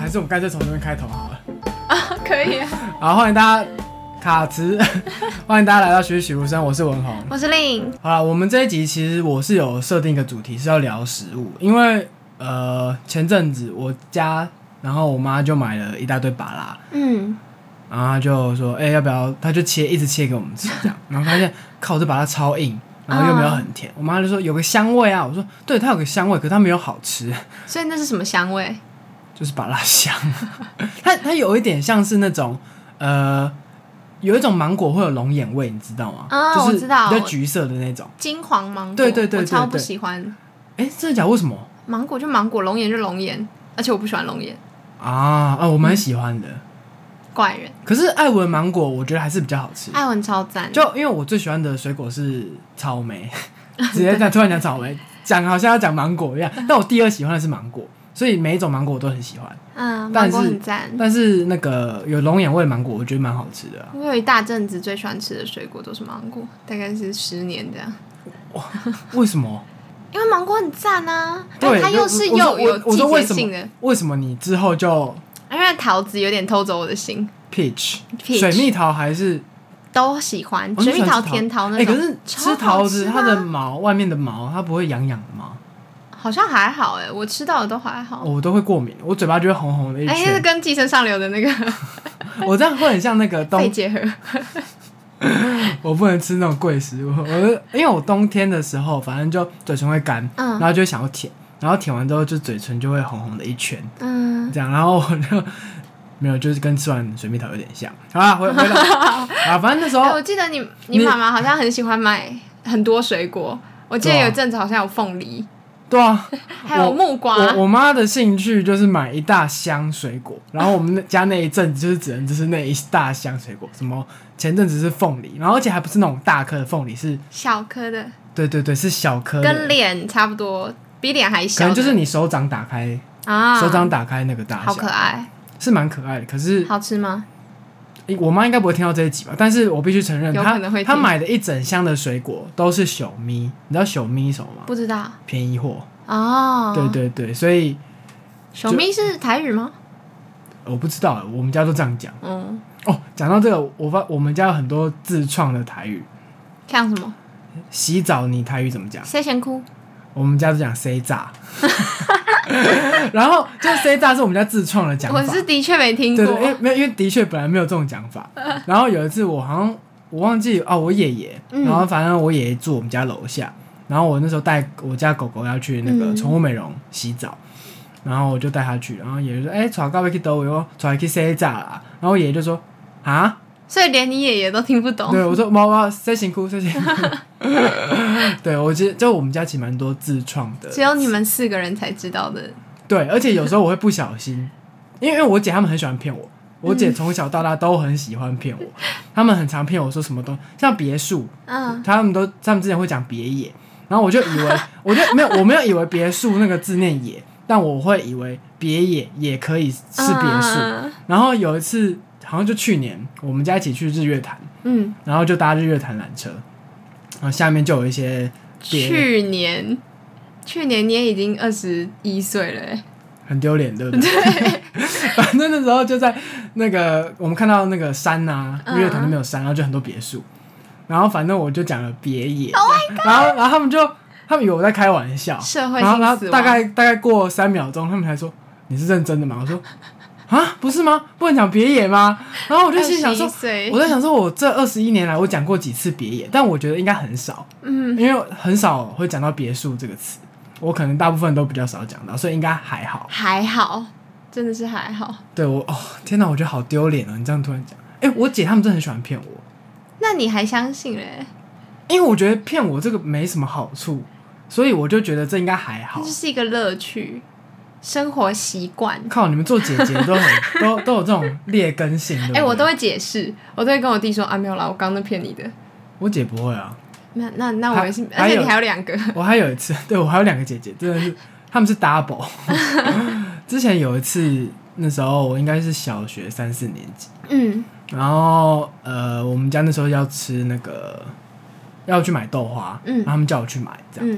是我们干脆从这边开头好了啊，可以啊。 好，欢迎大家卡词，欢迎大家来到学习如生，我是文宏， 我是令。 好了，我们这一集其实我是有设定一个主题是要聊食物，因为前阵子我家，然后我妈就买了一大堆芭乐，然后她就说，要不要？她就一直切给我们吃这样，然后发现靠，这芭乐超硬。然后又没有很甜，我妈就说有个香味啊，我说对，它有个香味，可是它没有好吃。 所以那是什么香味？ 就是芭乐香，它有一点像是那种有一种芒果会有龙眼味，你知道吗？就是我知道， 比较橘色的那种金黄芒果。 对，我超不喜欢。 真的假的？为什么？ 芒果就芒果，龙眼就龙眼，而且我不喜欢龙眼啊，我蛮喜欢的。 怪人。 可是艾文芒果我觉得还是比较好吃。 艾文超赞， 就因为我最喜欢的水果是草莓，直接突然讲草莓，讲好像要讲芒果一样。但我第二喜欢的是芒果，所以每一种芒果我都很喜欢。 芒果很赞。 但是那个有龙眼味的芒果，我觉得蛮好吃的。 我有一大阵子最喜欢吃的水果都是芒果，大概是10年这样。 哇，为什么？ 因为芒果很赞啊，对，它又是有季节性的。 为什么你之后就？ 因为桃子有点偷走我的心。 Peach 水蜜桃还是都喜欢，水蜜桃、甜桃那种。 可是吃桃子，它的毛外面的毛，它不会痒痒的吗？ 好像还好我吃到的都还好。 我都会过敏，我嘴巴就会红红的一圈。 是跟寄生上流的那个。 我这样会很像那个肺结核。 我不能吃那种贵食物，因为我冬天的时候，反正就嘴唇会干，然后就会想要舔，然后舔完之后就嘴唇就会红红的一圈，这样，然后我就没有，就是跟吃完水蜜桃有点像。好啦，回来啊，反正那时候我记得你妈妈好像很喜欢买很多水果，我记得有一阵子好像有凤梨。 对啊， 还有木瓜。 我妈的兴趣就是买一大箱水果，然后我们家那一阵子就是只能就是那一大箱水果，什么前阵子是凤梨，然后而且还不是那种大颗的凤梨，是小颗的。 对，是小颗的， 跟脸差不多，比脸还小。 可能就是你手掌打开手掌打开那个大小， 好可爱， 是蛮可爱的。可是好吃吗？ 我妈应该不会听到这一集吧？但是我必须承认，她买的一整箱的水果都是小咪，你知道小咪什么吗？ 不知道， 便宜货哦。 对，所以小咪是台语吗？ 我不知道，我们家都这样讲。讲到这个，我们家有很多自创的台语， 像什么？ 洗澡你台语怎么讲？ 谁先哭？ 我们家都讲 say 炸。然后就 say 炸是我们家自创的讲法， 我是的确没听过。 对，因为的确本来没有这种讲法。然后有一次我忘记我爷爷，然后反正我爷爷住我们家楼下，然后我那时候带我家狗狗要去那个宠物美容洗澡，然后我就带他去，然后爷爷说：“带到要去倒位哦，带去 say 炸啦。”然后我爷爷就说：“啊。” 所以连你爷爷都听不懂。 对，我说猫谁辛苦谁辛苦。对，我觉得就我们家其实蛮多自创的， 只有你们4个人才知道的。 对，而且有时候我会不小心，因为我姐他们很喜欢骗我，我姐从小到大都很喜欢骗我，他们很常骗我说什么都像别墅，他们之前会讲别野，然后我就以为我没有以为别墅那个字念野，但我会以为别野也可以是别墅。然后有一次好像就去年我们家一起去日月潭，然后就搭日月潭缆车，然后下面就有一些去年你也已经21岁了很丢脸对不对？对，反正那时候就在那个我们看到那个山啊，日月潭那边有山，然后就很多别墅，然后反正我就讲了别野，然后他们以为我在开玩笑， 社会性死亡，然后大概过3秒钟，他们才说你是认真的吗？我说啊，不是吗？不能讲别野吗？然后我就心想说，我在想说，我这21年来我讲过几次别野，但我觉得应该很少，因为很少会讲到别墅这个词，我可能大部分都比较少讲到，所以应该还好， 真的是还好。 对天哪，我觉得好丢脸哦！你这样突然讲，我姐他们真的很喜欢骗我， 那你还相信嘞？ 因为我觉得骗我这个没什么好处，所以我就觉得这应该还好， 这就是一个乐趣。生活习惯， 靠！你们做姐姐都有这种劣根性，对不对？ 我都会解释，我都会跟我弟说啊，没有啦，我刚刚骗你的。 我姐不会啊。 那我也是，而且你还有2个。 我还有一次，对，我还有2个姐姐，真的是他们是 double。之前有一次，那时候我应该是小学3、4年级，然后我们家那时候要吃那个要去买豆花，然后他们叫我去买这样。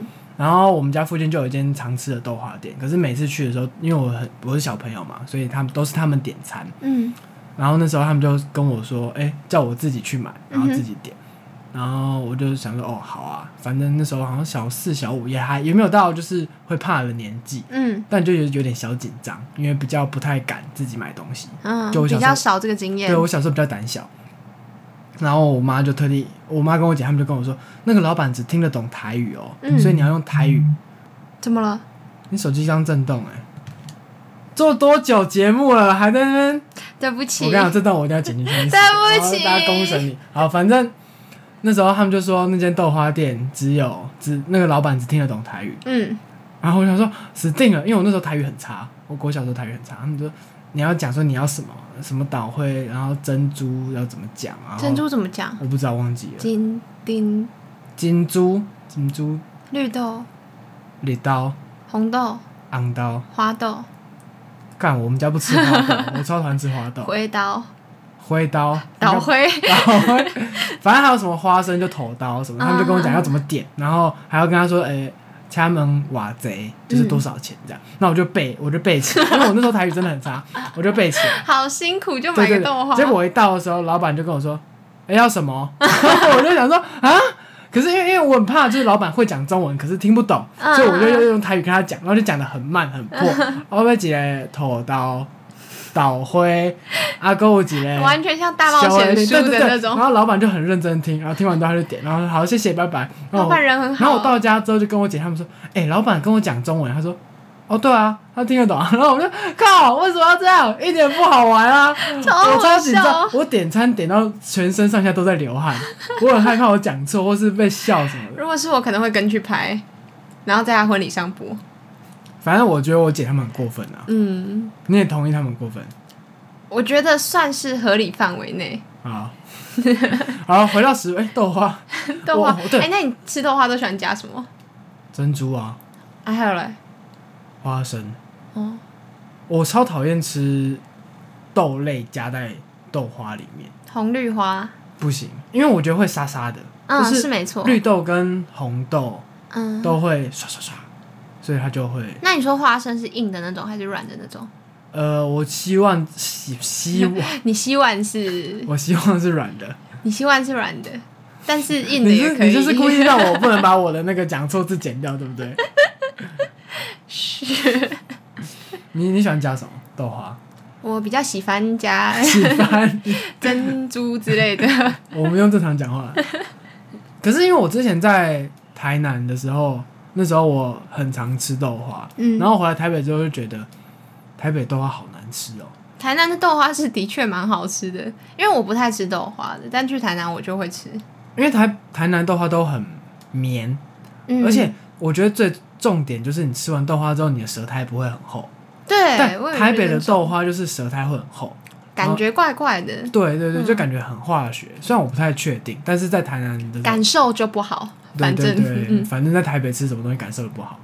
然后我们家附近就有一间常吃的豆花店，可是每次去的时候，因为我是小朋友嘛，所以都是他们点餐。然后那时候他们就跟我说，叫我自己去买，然后自己点。然后我就想说，好啊，反正那时候好像小4、小5，也没有到就是会怕的年纪。但就有点小紧张，因为比较不太敢自己买东西。就我小时候比较少这个经验。 对，我小时候比较胆小。然后我妈跟我姐他们就跟我说，那个老板只听得懂台语哦，所以你要用台语。 怎么了？ 你手机刚震动做多久节目了还在那边？ 对不起， 我跟你讲，这段我一定要剪进去。 对不起， 大家公审你。好，反正那时候他们就说那间豆花店那个老板只听得懂台语。然后我想说死定了，因为我那时候台语很差，我国小的时候台语很差。他们说你要讲说你要什么岛灰，然后珍珠要怎么讲啊？ 珍珠怎么讲？ 我不知道，忘记了。 金珠， 绿豆， 绿豆， 红豆， 红豆， 花豆。 干，我们家不吃花豆，我超讨厌吃花豆。 灰刀， 倒灰，反正还有什么花生就头刀什么，他们就跟我讲要怎么点，然后还要跟他说，掐门瓦贼就是多少钱这样。那我就背起来，因为我那时候台语真的很差，我就背起来。 好辛苦，就买个豆花。 结果我一到的时候，老板就跟我说，要什么？然后我就想说啊。可是因为我很怕，就是老板会讲中文，可是听不懂，所以我就用台语跟他讲，然后就讲得很慢很破。我要一个土豆、倒灰，还有一个完全像大冒险书的那种。 然后老板就很认真听，然后听完之后他就点，然后好谢谢拜拜。 老板人很好。 然后我到家之后就跟我姐他们说，老板跟我讲中文，他说。对啊，他听得懂。然后我就靠，为什么要这样？一点不好玩啊！我超紧张，我点餐点到全身上下都在流汗，我很害怕我讲错或是被笑什么的。 如果是我，可能会跟去拍，然后在他婚礼上播。 反正我觉得我姐他们很过分啊。你也同意他们很过分？ 我觉得算是合理范围内。 好，回到豆花。 豆花，那你吃豆花都喜欢加什么？ 珍珠啊。 还有嘞。 花生。我超讨厌吃豆类加在豆花里面。 红绿花不行，因为我觉得会沙沙的。 是没错。 绿豆跟红豆，都会刷刷刷，所以它就会。 那你说花生是硬的那种还是软的那种？ 我希望你希望是？ 我希望是软的。 你希望是软的，但是硬的也可以。 你就是故意让我不能把我的那个讲错字剪掉，对不对？ 是。 你喜欢加什么豆花？ 我比较喜欢加珍珠之类的。 我们用正常讲话。可是因为我之前在台南的时候，那时候我很常吃豆花，然后回来台北之后就觉得台北豆花好难吃哦。 台南的豆花是的确蛮好吃的，因为我不太吃豆花的，但去台南我就会吃。因为台南豆花都很绵，而且我觉得最重点就是你吃完豆花之后，你的舌苔不会很厚。 对， 但台北的豆花就是舌苔会很厚， 感觉怪怪的。 对，就感觉很化学。虽然我不太确定，但是在台南的感受就不好。 反正在台北吃什么东西感受的不好。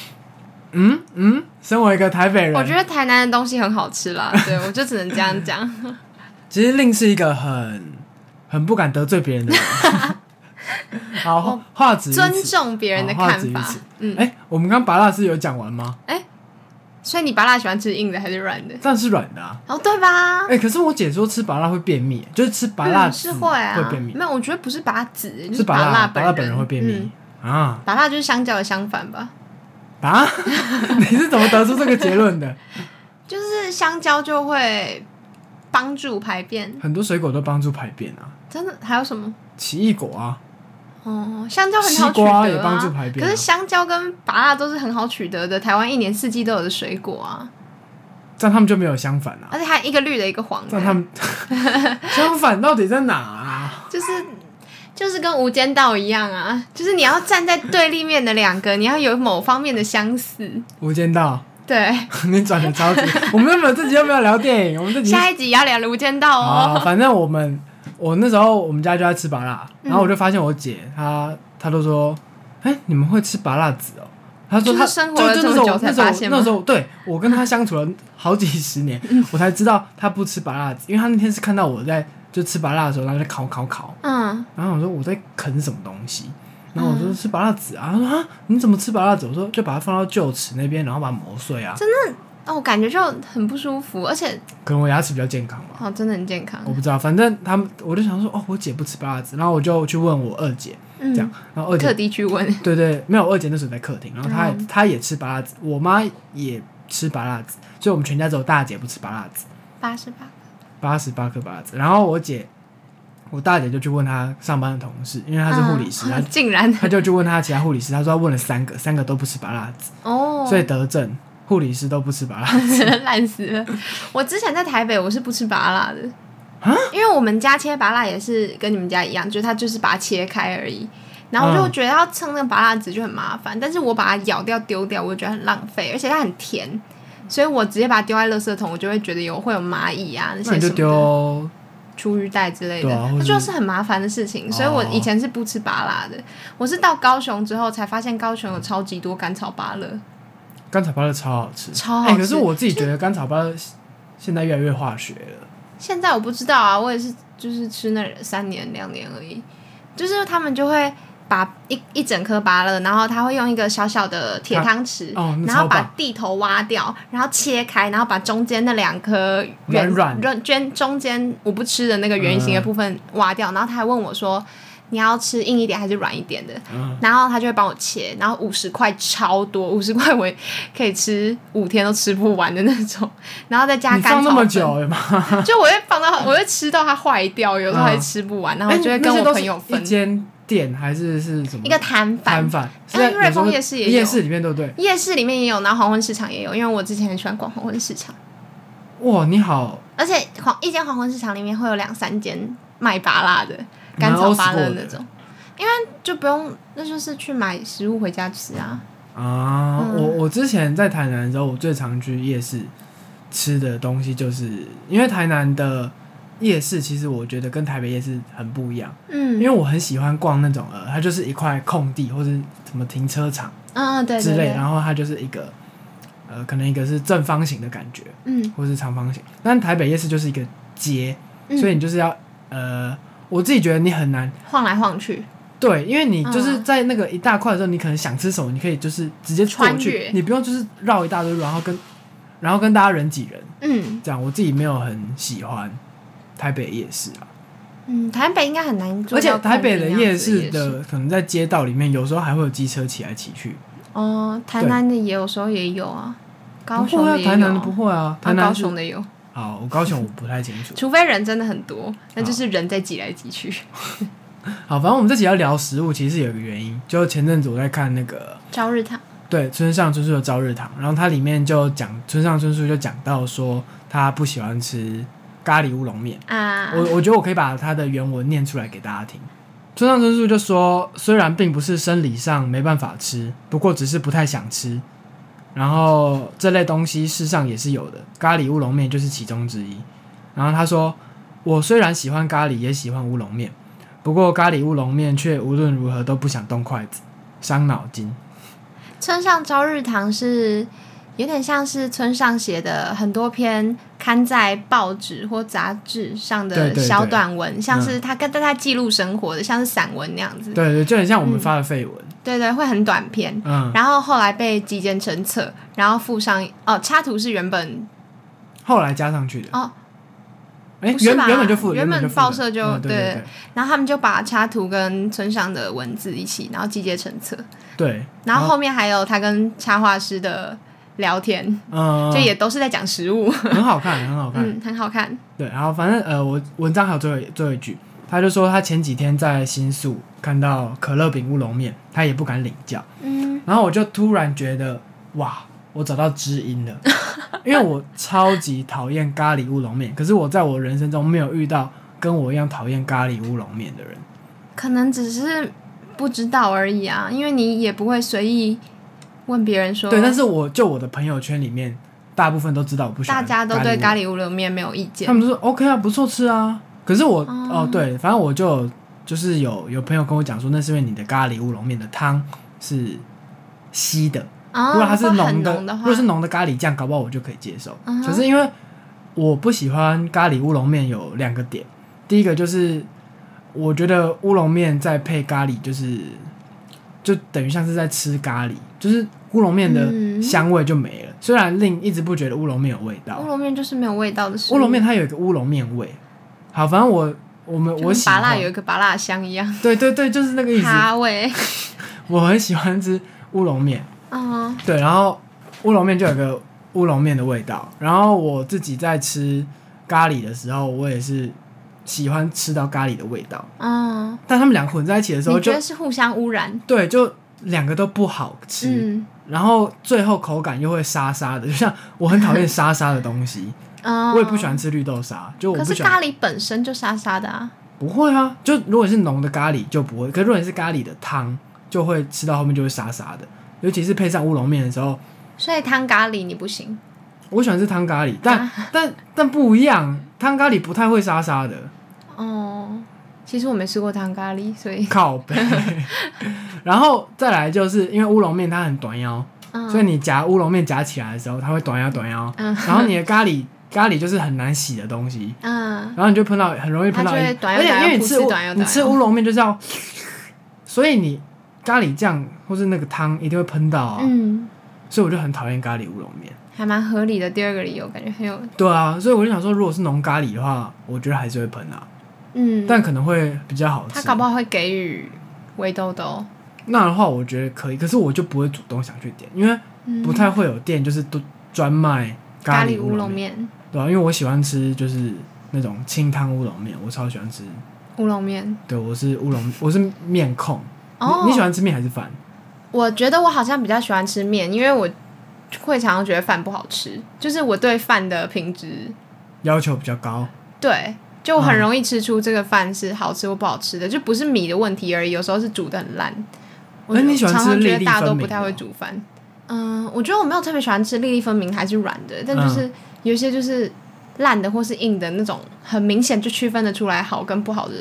身为一个台北人， 我觉得台南的东西很好吃啦。对，我就只能这样讲。 其实令是一个很不敢得罪别人的人。好，话止于此， 尊重别人的看法。 我们刚拔辣是有讲完吗？ 所以你拔辣喜欢吃硬的还是软的？ 当然是软的啊。 对吧？ 可是我姐说吃拔辣会便秘，就是吃拔辣是会便秘。 没有，我觉得不是拔籽， 是拔辣本人会便秘啊。 拔辣就是香蕉的相反吧？ 你是怎么得出这个结论的？ 就是香蕉就会帮助排便， 很多水果都帮助排便啊。 真的？还有什么？ 奇异果啊。 香蕉很好取得西瓜也帮助排便。 可是香蕉跟芭乐都是很好取得的，台湾一年四季都有的水果啊。 这样他们就没有相反啊。 而且还一个绿的，一个黄的。 这样他们相反到底在哪啊？ 就是跟无间道一样啊，就是你要站在对立面的两个，你要有某方面的相似。 无间道。 对。 你转的超级。我们自己要不要聊电影？我们自己下一集要聊无间道哦。 反正我那时候我们家就在吃芭乐，然后我就发现我姐她都说，你们会吃芭乐籽哦？她说她生活了这么久才发现吗？ 那时候对我跟她相处了好几十年，我才知道她不吃芭乐籽，因为她那天是看到我在就吃芭乐的时候，然后在烤，然后我说我在啃什么东西， 然后我说吃芭乐籽啊，他说啊你怎么吃芭乐籽？我说就把它放到臼齿那边，然后把它磨碎啊。 真的哦，感觉就很不舒服，而且可能我牙齿比较健康吧。 哦，真的很健康。 我不知道，反正我就想说，哦，我姐不吃芭乐籽，然后我就去问我二姐，这样，然后二姐特地去问， 对对，没有，二姐那时候在客厅，然后她也吃芭乐籽，我妈也吃芭乐籽，所以我们全家只有大姐不吃芭乐籽。88颗芭乐籽，然后我大姐就去问她上班的同事，因为她是护理师， 竟然她就去问她其他护理师，她说她问了3个都不吃芭乐籽，所以得证护理师都不吃芭乐籽， 烂死了。我之前在台北我是不吃芭乐的，因为我们家切芭乐也是跟你们家一样，就是它就是把它切开而已。然后我就觉得要蹭那个芭乐籽就很麻烦，但是我把它咬掉丢掉，我就觉得很浪费，而且它很甜，所以我直接把它丢在垃圾桶，我就会觉得会有蚂蚁啊那些什么的， 那你就丢厨余袋之类的，那就是很麻烦的事情。所以我以前是不吃芭乐的，我是到高雄之后才发现高雄有超级多甘草芭乐。 甘草芭乐超好吃， 超好吃。 可是我自己觉得甘草芭乐现在越来越化学了。 现在我不知道啊，我也是就是吃那3年2年而已，就是他们就会把一整颗芭乐，然后他会用一个小小的铁汤匙，然后把蒂头挖掉，然后切开，然后把中间那2颗中间我不吃的那个圆形的部分挖掉，然后他还问我说你要吃硬一点还是软一点的，然后他就会帮我切，然后50块超多，50块我可以吃5天都吃不完的那种，然后再加甘草粉。 你放那么久吗？ 就我会吃到它坏掉，有时候还吃不完，然后就会跟我朋友分。 一间店还是什么？ 一个摊贩，瑞丰夜市也有， 夜市里面对不对？ 夜市里面也有，然后黄昏市场也有，因为我之前很喜欢逛黄昏市场。 哇，你好！ 而且一间黄昏市场里面会有2-3间卖芭乐的甘草芭乐那种，因为就不用，那就是去买食物回家吃啊。 我之前在台南的时候，我最常去夜市吃的东西，就是因为台南的夜市其实我觉得跟台北夜市很不一样，因为我很喜欢逛那种它就是一块空地或者什么停车场对之类，然后它就是一个可能一个是正方形的感觉，或是长方形，但台北夜市就是一个街，所以你就是要我自己觉得你很难晃来晃去， 对，因为你就是在那个一大块的时候，你可能想吃什么，你可以就是直接过去，你不用就是绕一大堆路，然后跟大家人挤人，这样我自己没有很喜欢台北夜市啊。 台北应该很难做到， 而且台北的夜市的可能在街道里面，有时候还会有机车骑来骑去。 台南的也有时候也有啊，高雄的也有， 台南的不会啊，台南高雄的有。 好，我高雄我不太清楚， 除非人真的很多，那就是人在挤来挤去。 好，反正我们这集要聊食物，其实有一个原因，就前阵子我在看那个朝日堂， 对，村上春树的朝日堂，然后它里面就讲村上春树就讲到说他不喜欢吃咖喱乌龙面啊，我觉得我可以把他的原文念出来给大家听。村上春树就说，虽然并不是生理上没办法吃，不过只是不太想吃。然后这类东西世上也是有的，咖喱乌龙面就是其中之一。然后他说，我虽然喜欢咖喱，也喜欢乌龙面，不过咖喱乌龙面却无论如何都不想动筷子，伤脑筋。 村上朝日堂是有点像是村上写的很多篇刊在报纸或杂志上的小短文，像是他跟他记录生活的，像是散文那样子。 对对，就很像我们发的废文。 对对，会很短篇。然后后来被集结成册，然后附上插图是原本后来加上去的。 原本就附， 原本报社就对，然后他们就把插图跟村上的文字一起，然后集结成册。 对， 然后后面还有他跟插画师的聊天，就也都是在讲食物， 很好看，很好看， 很好看。 对，然后反正我文章还有最后一句，他就说他前几天在新宿看到可乐饼乌龙面，他也不敢领教。然后我就突然觉得，哇，我找到知音了，因为我超级讨厌咖喱乌龙面，可是我在我人生中没有遇到跟我一样讨厌咖喱乌龙面的人， 可能只是不知道而已啊，因为你也不会随意问别人说。 对，但是我的朋友圈里面，大部分都知道我不喜欢， 大家都对咖喱乌龙面没有意见， 他们都说 OK 啊，不错吃啊。可是我对，反正我就是有朋友跟我讲说，那是因为你的咖喱乌龙面的汤是稀的，如果它是浓的，如果是浓的咖喱酱，搞不好我就可以接受。可是因为我不喜欢咖喱乌龙面有2个点，第一个就是我觉得乌龙面再配咖喱就是就等于像是在吃咖喱，就是乌龙面的香味就没了。虽然令一直不觉得乌龙面有味道， 乌龙面就是没有味道的食物。 乌龙面它有一个乌龙面味。好，反正我喜欢， 芭乐有一个芭乐香一样。 对对对，就是那个意思。 咖味。 我很喜欢吃乌龙面。对，然后乌龙面就有个乌龙面的味道。然后我自己在吃咖喱的时候，我也是喜欢吃到咖喱的味道。但他们两个混在一起的时候， 你觉得是互相污染？ 对，就两个都不好吃。然后最后口感又会沙沙的，就像我很讨厌沙沙的东西。我也不喜欢吃绿豆沙，就我不喜欢。 可是咖喱本身就沙沙的啊。 不会啊，就如果是浓的咖喱就不会，可是如果是咖喱的汤，就会吃到后面就会沙沙的，尤其是配上乌龙面的时候。 所以汤咖喱你不行？ 我喜欢吃汤咖喱，但不一样，汤咖喱不太会沙沙的。 其实我没吃过汤咖喱，所以靠北。然后再来就是因为乌龙面它很短腰，所以你夹乌龙面夹起来的时候，它会短腰。然后你的咖喱就是很难洗的东西，然后你就很容易喷到，而且因为你吃乌龙面就是要，所以你咖喱酱或是那个汤一定会喷到啊，所以我就很讨厌咖喱乌龙面， 还蛮合理的。第二个理由感觉很有。 对啊，所以我就想说，如果是浓咖喱的话，我觉得还是会喷啊，但可能会比较好吃。 他搞不好会给予围兜兜， 那的话我觉得可以，可是我就不会主动想去点，因为不太会有店就是都专卖咖喱乌龙面。对啊，因为我喜欢吃就是那种清汤乌龙面，我超喜欢吃乌龙面。 对，我是面控。你喜欢吃面还是饭？ 我觉得我好像比较喜欢吃面，因为我会常常觉得饭不好吃，就是我对饭的品质要求比较高。 对，就很容易吃出这个饭是好吃或不好吃的，就不是米的问题而已，有时候是煮得很烂。 你喜欢吃粒粒分明的？ 常常觉得大家都不太会煮饭。我觉得我没有特别喜欢吃粒粒分明还是软的，但就是有些就是烂的或是硬的那种，很明显就区分得出来好跟不好的。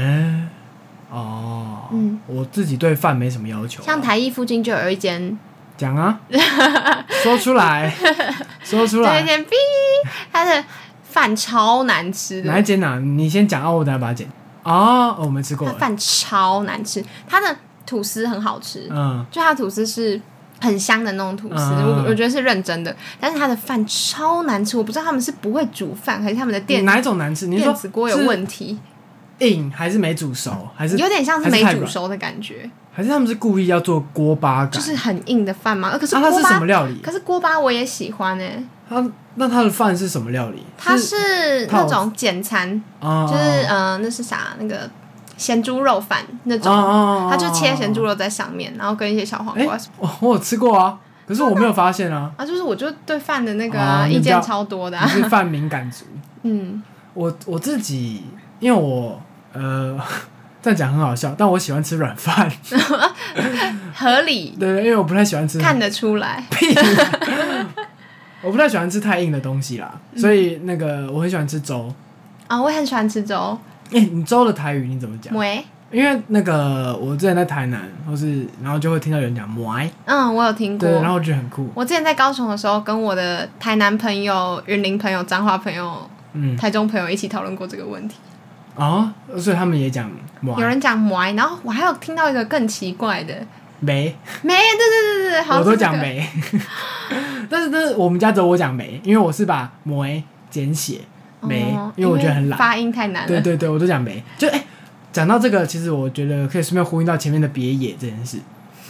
我自己对饭没什么要求。 像台艺附近就有一间， 讲啊，说出来，说出来。 有一间它的饭超难吃的。 哪一间啊？你先讲，我等下把它剪。我没吃过。它饭超难吃，它的吐司很好吃，就它的吐司是很香的那种吐司，我觉得是认真的。但是它的饭超难吃，我不知道他们是不会煮饭，还是他们的哪一种难吃？你说电子锅有问题？ 硬还是没煮熟？还是有点像是没煮熟的感觉？ 还是他们是故意要做锅巴感？ 就是很硬的饭吗？可是锅巴它是什么料理？ 可是锅巴我也喜欢那它的饭是什么料理？ 它是那种简餐，就是那是啥？那个咸猪肉饭那种，它就切咸猪肉在上面，然后跟一些小黄瓜。 我有吃过啊，可是我没有发现啊。 就是我就对饭的那个意见超多的。 你是饭敏感族。我自己，因为我这样讲很好笑，但我喜欢吃软饭。 合理。 对，因为我不太喜欢吃。 看得出来。 屁。我不太喜欢吃太硬的东西啦，所以那个我很喜欢吃粥。 我也很喜欢吃粥。 你粥的台语你怎么讲？ 糜。 因为那个我之前在台南，然后就会听到有人讲糜。 我有听过。 对，然后我觉得很酷。 我之前在高雄的时候，跟我的台南朋友、云林朋友、彰化朋友、台中朋友一起讨论过这个问题。 所以他们也讲糜。 有人讲糜，然后我还有听到一个更奇怪的梅。 对，好像我都讲梅。但是我们家只有我讲梅，因为我是把梅简写梅，因为我觉得很懒， 发音太难了。 对，我都讲梅。就讲到这个，其实我觉得可以顺便呼应到前面的别野这件事。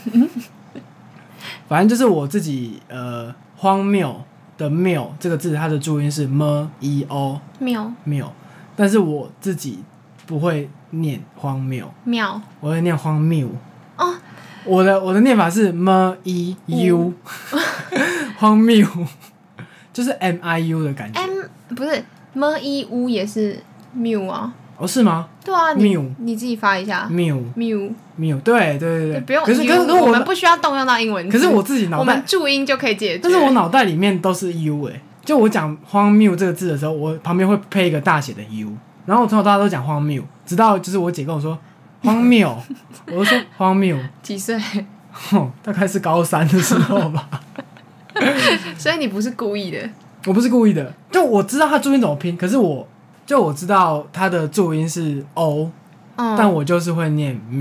反正就是我自己荒谬的谬这个字，它的注音是 m-e-o 谬，但是我自己不会念荒谬，我会念荒谬。我的念法是 m-e-u 荒谬，就是 m-i-u 的感觉。 不是 m-e-u 也是谬啊？ 是吗？ 对啊，你自己发一下。谬， 对， 不用。 可是我们不需要动用到英文字。 可是我自己脑袋， 我们注音就可以解决。 但是我脑袋里面都是 u 就我讲荒谬这个字的时候，我旁边会配一个大写的 u， 然后我从小到大都讲荒谬，直到就是我姐跟我说荒谬，我就说荒谬。 几岁？ 大概是高3的时候吧。 所以你不是故意的？ 我不是故意的，就我知道它注音怎么拼，可是我知道它的注音是 o，但我就是会念谬。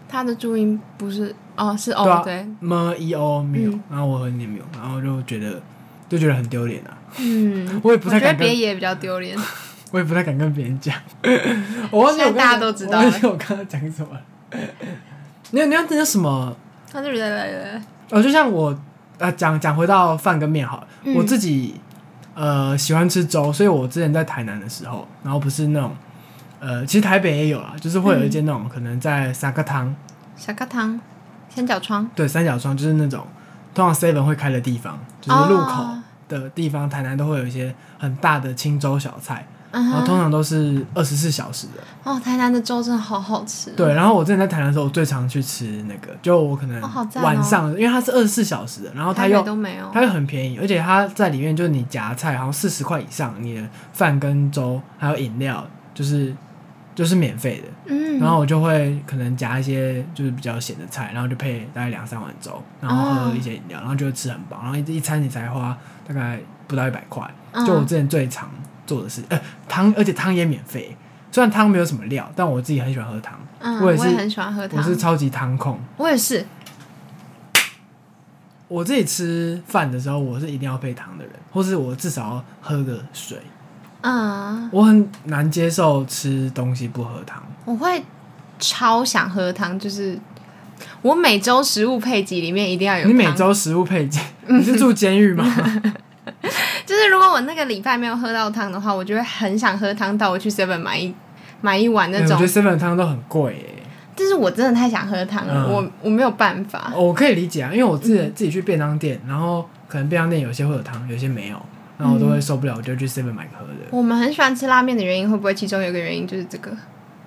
它的注音不是是对啊， 对 ，m-e-o 没有，然后我会念没有，然后就觉得很丢脸啊。我也不太敢跟，我觉得别也比较丢脸。 我也不太敢跟别人讲。我忘记我大家都知道了。 我忘记我刚刚讲什么了。你要讲什么？就像我讲回到饭跟面好了，我自己喜欢吃粥，所以我之前在台南的时候，然后不是那种其实台北也有啦，就是会有一间那种可能在三角汤， 三角窗， 对，三角窗就是那种通常 7 会开的地方，就是路口的地方，台南都会有一些很大的清粥小菜。然后通常都是24小时的。 台南的粥真的好好吃。 对，然后我之前在台南的时候，我最常去吃那个，就我可能晚上，因为它是24小时的，然后它又很便宜，而且它在里面就是你夹菜，好像40块以上，你的饭跟粥还有饮料就是免费的。然后我就会可能夹一些就是比较咸的菜，然后就配大概2-3碗粥，然后喝一些饮料，然后就会吃很饱，然后一餐你才花大概不到100块。就我之前最常做的事，汤，而且汤也免费。虽然汤没有什么料，但我自己很喜欢喝汤。我也很喜欢喝汤，我是超级汤控。 我也是。 我自己吃饭的时候，我是一定要配汤的人，或是我至少要喝个水。我很难接受吃东西不喝汤。 我会超想喝汤，就是我每周食物配给里面一定要有汤。 你每周食物配给？你是住监狱吗？ 就是如果我那个礼拜没有喝到汤的话，我就会很想喝汤到我去 7 买一碗那种。 我觉得 7 汤都很贵耶。 但是我真的太想喝汤了，我没有办法。 我可以理解啊，因为我自己去便当店，然后可能便当店有些会有汤，有些没有，然后我都会受不了，我就去 7 买喝的。 我们很喜欢吃拉面的原因，会不会其中有一个原因就是这个？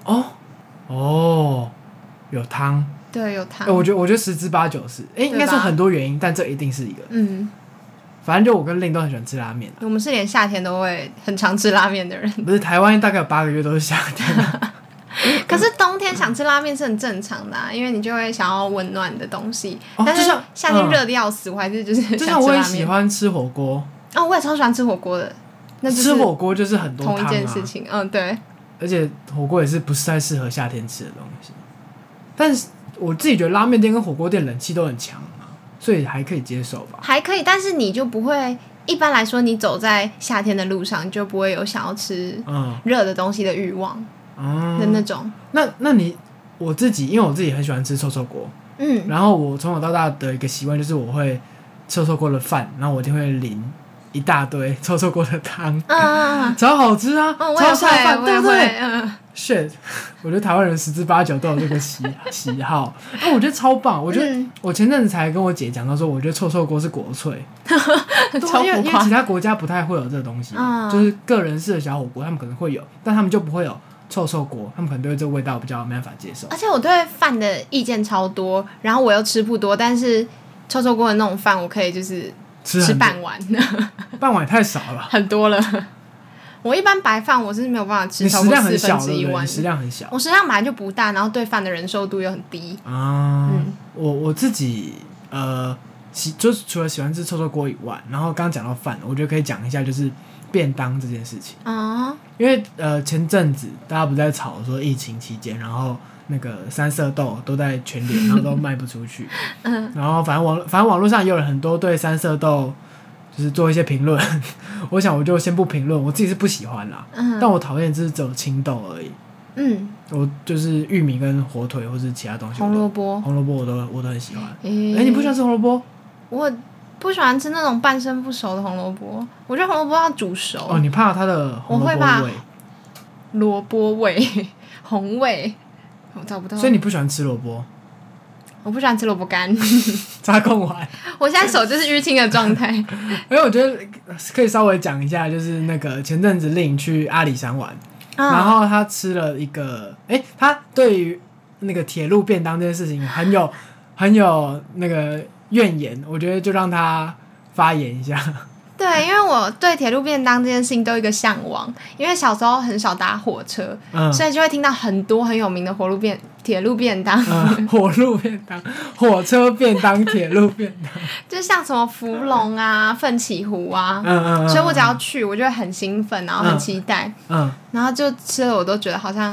有汤。 对，有汤。 我觉得10之8九是，应该说很多原因，但这一定是一个。反正就我跟令都很喜欢吃拉面。 我们是连夏天都会很常吃拉面的人。 不是，台湾大概有8个月都是夏天。 可是冬天想吃拉面是很正常的因为你就会想要温暖的东西。但是夏天热的要死，我还是就是想吃拉面。就像我也喜欢吃火锅。 我也超喜欢吃火锅的。那吃火锅就是很多汤同一件事情。对。 而且火锅也是不是太适合夏天吃的东西。但是我自己觉得拉面店跟火锅店冷气都很强。所以还可以接受吧， 还可以，但是你就不会，一般来说，你走在夏天的路上，你就不会有想要吃热的东西的欲望的那种。 那我自己，因为我自己很喜欢吃臭臭锅，然后我从小到大的一个习惯就是我会臭臭锅的饭，然后我一定会淋一大堆臭臭锅的汤，超好吃啊，超下饭，对不对？shit， 我觉得台湾人10之8九都有这个喜好，我觉得超棒。我觉得我前阵子才跟我姐讲到说，我觉得臭臭锅是国粹，因为其他国家不太会有这个东西，就是个人式的小火锅，他们可能会有，但他们就不会有臭臭锅，他们可能对这个味道比较没办法接受。 而且我对饭的意见超多，然后我又吃不多，但是臭臭锅的那种饭，我可以就是吃半碗， 半碗也太少了， 很多了。我一般白饭我是没有办法吃超过1/4碗， 你食量很小， 我食量本来就不大，然后对饭的忍受度又很低我自己就是除了喜欢吃臭臭锅以外，然后刚刚讲到饭，我觉得可以讲一下就是便当这件事情因为前阵子大家不在吵说疫情期间，然后那个三色豆都在全联，然后都卖不出去然后反正网络上也有很多对三色豆就是做一些评论我想我就先不评论，我自己是不喜欢啦但我讨厌就是只有青豆而已我就是玉米跟火腿或是其他东西， 红萝卜我都很喜欢你不喜欢吃红萝卜？ 我不喜欢吃那种半生不熟的红萝卜，我觉得红萝卜要煮熟你怕它的红萝卜味？ 我会怕萝卜味红味我找不到， 所以你不喜欢吃萝卜？ 我不喜欢吃萝卜干插空完我现在手就是淤青的状态因为我觉得可以稍微讲一下，就是那个前阵子令去阿里山玩然后他吃了一个他对于那个铁路便当这件事情很有那个怨言，我觉得就让他发言一下。 对，因为我对铁路便当这件事情都有一个向往，因为小时候很少搭火车所以就会听到很多很有名的铁路便当火路便当火车便当铁路便当就像什么福隆奋起湖所以我只要去我就会很兴奋，然后很期待然后就吃了我都觉得好像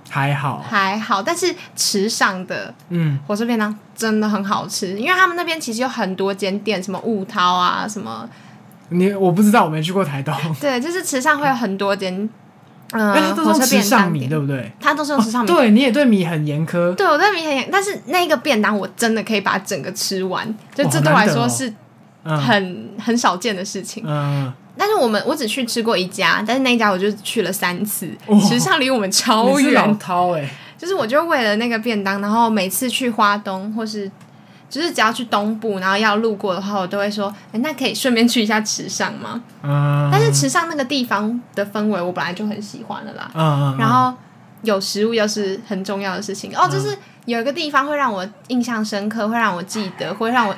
还好， 但是池上的火车便当真的很好吃，因为他们那边其实有很多间店，什么雾涛啊什么。 我不知道，我没去过台东。 对，就是池上会有很多间。 它都是用池上米，对不对？ 它都是用池上米。 对，你也对米很严苛。 对，我对米很严，但是那个便当我真的可以把整个吃完，就这对我来说是很少见的事情。但是我只去吃过一家，但是那一家我就去了3次。池上离我们超远， 老饕就是我就为了那个便当，然后每次去花东或是就是只要去东部，然后要路过的话，我都会说，那可以顺便去一下池上吗？但是池上那个地方的氛围我本来就很喜欢了啦。然后有食物又是很重要的事情。就是有一个地方会让我印象深刻，会让我记得，会让我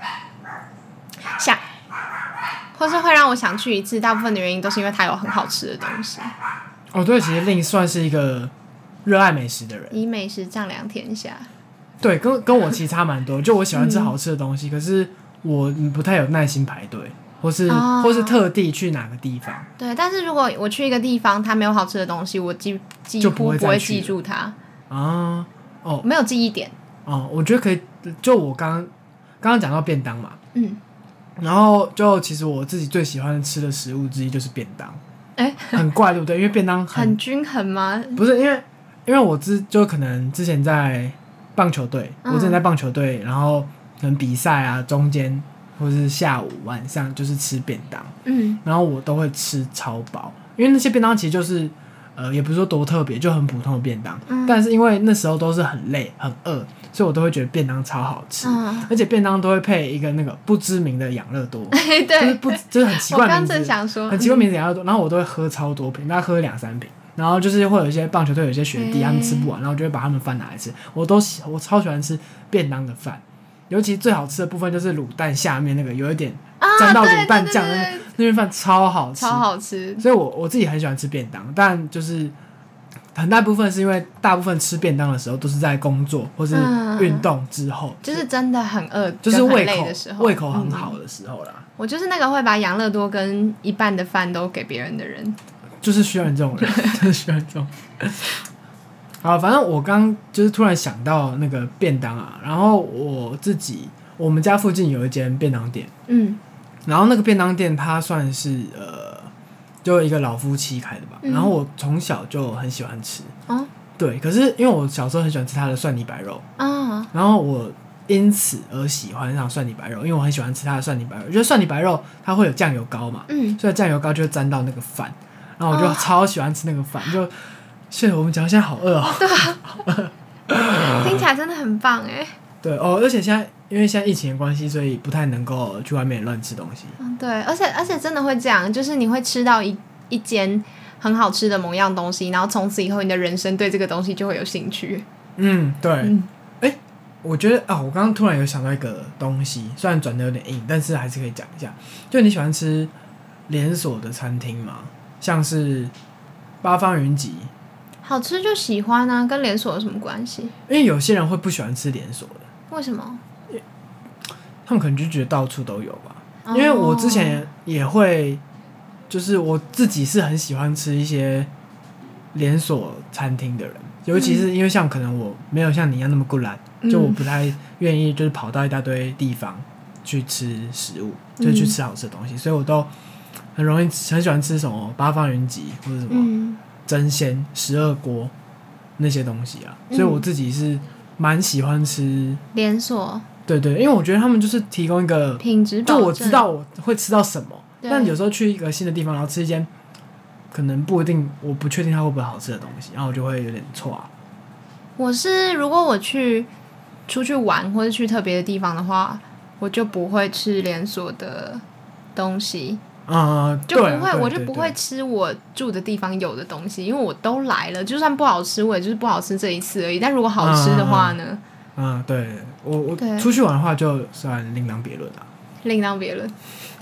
或是会让我想去一次，大部分的原因都是因为它有很好吃的东西。 对，其实令算是一个热爱美食的人， 以美食丈量天下。 对，跟我其实差蛮多。就我喜欢吃好吃的东西，可是我不太有耐心排队，或是特地去哪个地方。 对，但是如果我去一个地方，它没有好吃的东西，我几乎不会记住它。没有记忆点。 我觉得可以。就我刚刚讲到便当嘛，然后就其实我自己最喜欢吃的食物之一就是便当。很怪对不对？因为便当很均衡吗？ 不是，因为我就可能之前在棒球队，我之前在棒球队，然后可能比赛啊中间或是下午晚上就是吃便当，然后我都会吃超饱，因为那些便当其实就是也不是说多特别，就很普通的便当，但是因为那时候都是很累很饿，所以我都会觉得便当超好吃，而且便当都会配一个那个不知名的养乐多， 对， 就是很奇怪的名字， 我刚正想说很奇怪名字养乐多，然后我都会喝超多瓶，大概喝2-3瓶。然后就是会有一些棒球队有一些学弟他们吃不完，然后我就会把他们饭拿来吃。我超喜欢吃便当的饭，尤其最好吃的部分就是卤蛋下面那个有一点沾到卤蛋酱的那边饭超好吃， 超好吃。 所以我自己很喜欢吃便当，但就是很大部分是因为大部分吃便当的时候都是在工作或是运动之后， 就是真的很饿， 就是胃口很好的时候啦。 我就是那个会把养乐多跟一半的饭都给别人的人。 就是需要你这种人，就是需要你这种。好，反正我刚就是突然想到那个便当啊，然后我们家附近有一间便当店，然后那个便当店它算是就一个老夫妻开的吧，然后我从小就很喜欢吃，对，可是因为我小时候很喜欢吃它的蒜泥白肉，然后我因此而喜欢上蒜泥白肉，因为我很喜欢吃它的蒜泥白肉，我觉得蒜泥白肉它会有酱油膏嘛，所以酱油膏就会沾到那个饭。然后我就超喜欢吃那个饭，所以我们讲现在好饿对啊，听起来真的很棒哎。 对而且因为现在疫情的关系，所以不太能够去外面乱吃东西。 对，而且真的会这样，就是你会吃到一间很好吃的某样东西，然后从此以后你的人生对这个东西就会有兴趣。 对。我觉得我刚刚突然有想到一个东西，虽然转的有点硬，但是还是可以讲一下。就你喜欢吃连锁的餐厅吗？像是八方云集， 好吃就喜欢啊，跟连锁有什么关系？ 因为有些人会不喜欢吃连锁的， 为什么？ 他们可能就觉得到处都有吧。因为我之前也会，就是我自己是很喜欢吃一些连锁餐厅的人，尤其是因为像可能我没有像你一样那么孤懒，就我不太愿意就是跑到一大堆地方去吃食物，就是去吃好吃的东西，所以我都很喜欢吃什么八方云集或者什么真鲜12锅那些东西啊，所以我自己是蛮喜欢吃连锁。 对，因为我觉得他们就是提供一个品质保证， 就我知道我会吃到什么，但有时候去一个新的地方，然后吃一间可能不一定，我不确定它会不会好吃的东西，然后我就会有点错。 我是如果我出去玩或者去特别的地方的话，我就不会吃连锁的东西。就不会，我就不会吃我住的地方有的东西，因为我都来了，就算不好吃，我也就是不好吃这一次而已。但如果好吃的话呢？ 对，我出去玩的话就算另当别论啦。 另当别论。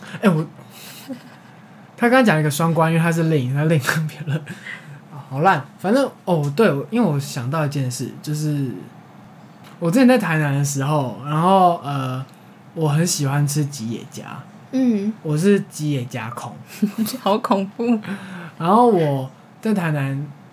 他刚刚讲一个双关，因为他是另当别论，好烂。反正对，因为我想到一件事，就是我之前在台南的时候，然后我很喜欢吃吉野家。我是吉野家控， 好恐怖。 然后我在台南，